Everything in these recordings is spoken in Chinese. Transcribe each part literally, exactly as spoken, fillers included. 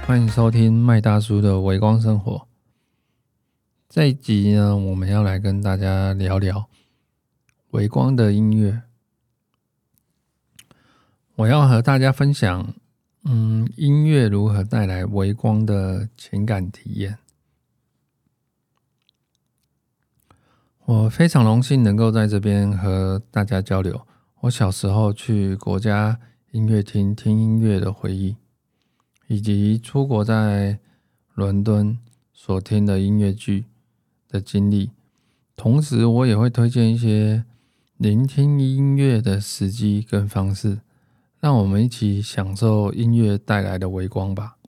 欢迎收听麦大叔的微光生活。这一集呢，我们要来跟大家聊聊微光的音乐。我要和大家分享，嗯，音乐如何带来微光的情感体验。我非常荣幸能够在这边和大家交流我小时候去国家音乐厅听音乐的回忆，以及出国在伦敦所听的音乐剧的经历。同时我也会推荐一些聆听音乐的时机跟方式，让我们一起享受音乐带来的微光吧。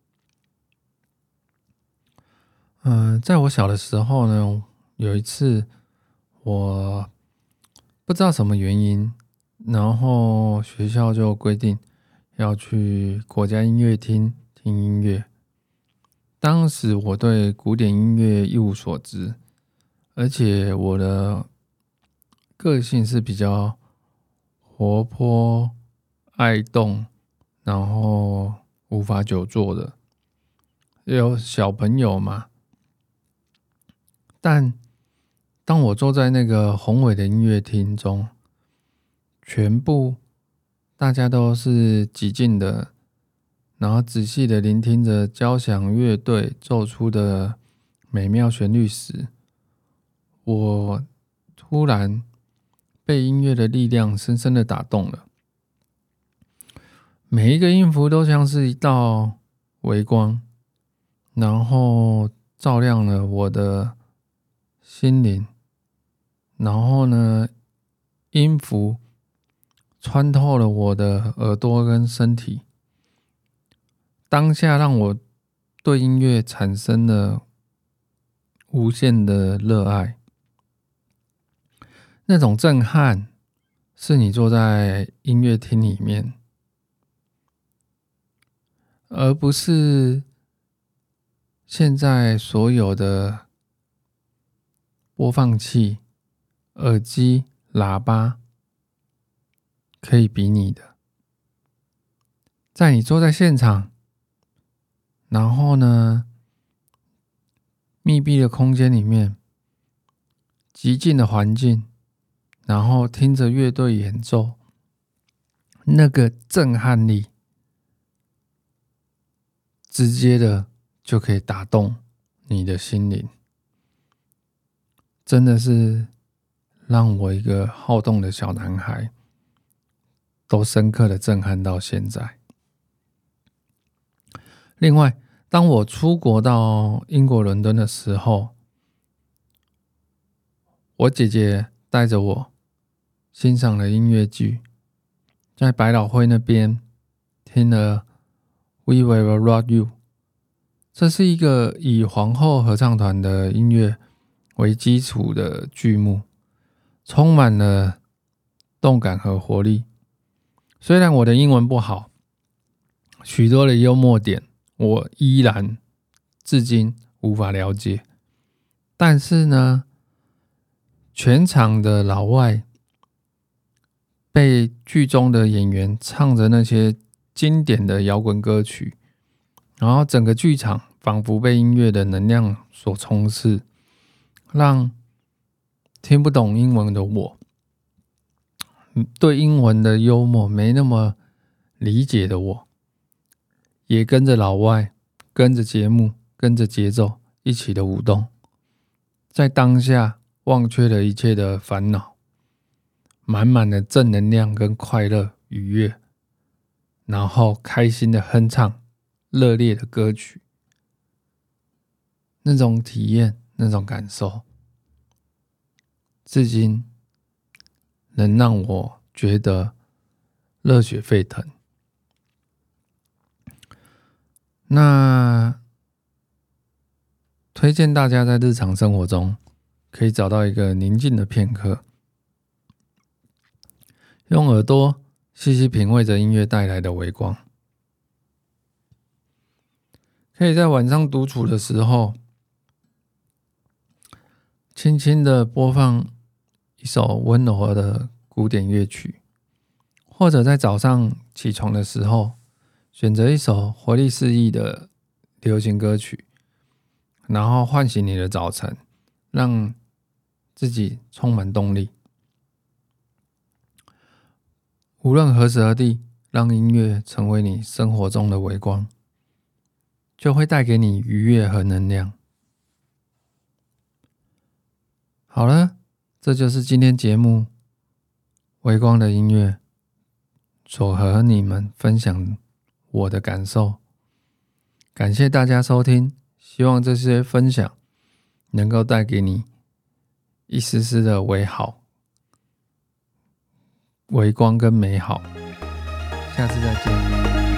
嗯、呃，在我小的时候呢，有一次我不知道什么原因，然后学校就规定要去国家音乐厅听音乐。当时我对古典音乐一无所知，而且我的个性是比较活泼、爱动，然后无法久坐的，有小朋友嘛。但当我坐在那个宏伟的音乐厅中，全部大家都是寂静的，然后仔细的聆听着交响乐队奏出的美妙旋律时，我突然被音乐的力量深深的打动了。每一个音符都像是一道微光，然后照亮了我的心灵。然后呢，音符穿透了我的耳朵跟身体，当下让我对音乐产生了无限的热爱。那种震撼是你坐在音乐厅里面，而不是现在所有的播放器、耳机、喇叭可以比拟的。在你坐在现场，然后呢，密闭的空间里面，极静的环境，然后听着乐队演奏，那个震撼力直接的就可以打动你的心灵，真的是让我一个好动的小男孩都深刻的震撼到现在。另外，当我出国到英国伦敦的时候，我姐姐带着我欣赏了音乐剧，在百老汇那边听了 We Will Rock You。 这是一个以皇后合唱团的音乐为基础的剧目，充满了动感和活力。虽然我的英文不好，许多的幽默点我依然至今无法了解，但是呢，全场的老外被剧中的演员唱着那些经典的摇滚歌曲，然后整个剧场仿佛被音乐的能量所充斥，让听不懂英文的我，对英文的幽默没那么理解的我，也跟着老外，跟着节目，跟着节奏一起的舞动，在当下忘却了一切的烦恼，满满的正能量跟快乐愉悦，然后开心的哼唱热烈的歌曲。那种体验，那种感受，至今能让我觉得热血沸腾。那推荐大家在日常生活中可以找到一个宁静的片刻，用耳朵细细品味着音乐带来的微光。可以在晚上独处的时候，轻轻的播放一首温柔的古典乐曲，或者在早上起床的时候，选择一首活力四溢的流行歌曲，然后唤醒你的早晨，让自己充满动力。无论何时何地，让音乐成为你生活中的微光，就会带给你愉悦和能量。好了，这就是今天节目微光的音乐所和你们分享我的感受。感谢大家收听，希望这些分享能够带给你一丝丝的微好、微光跟美好。下次再见。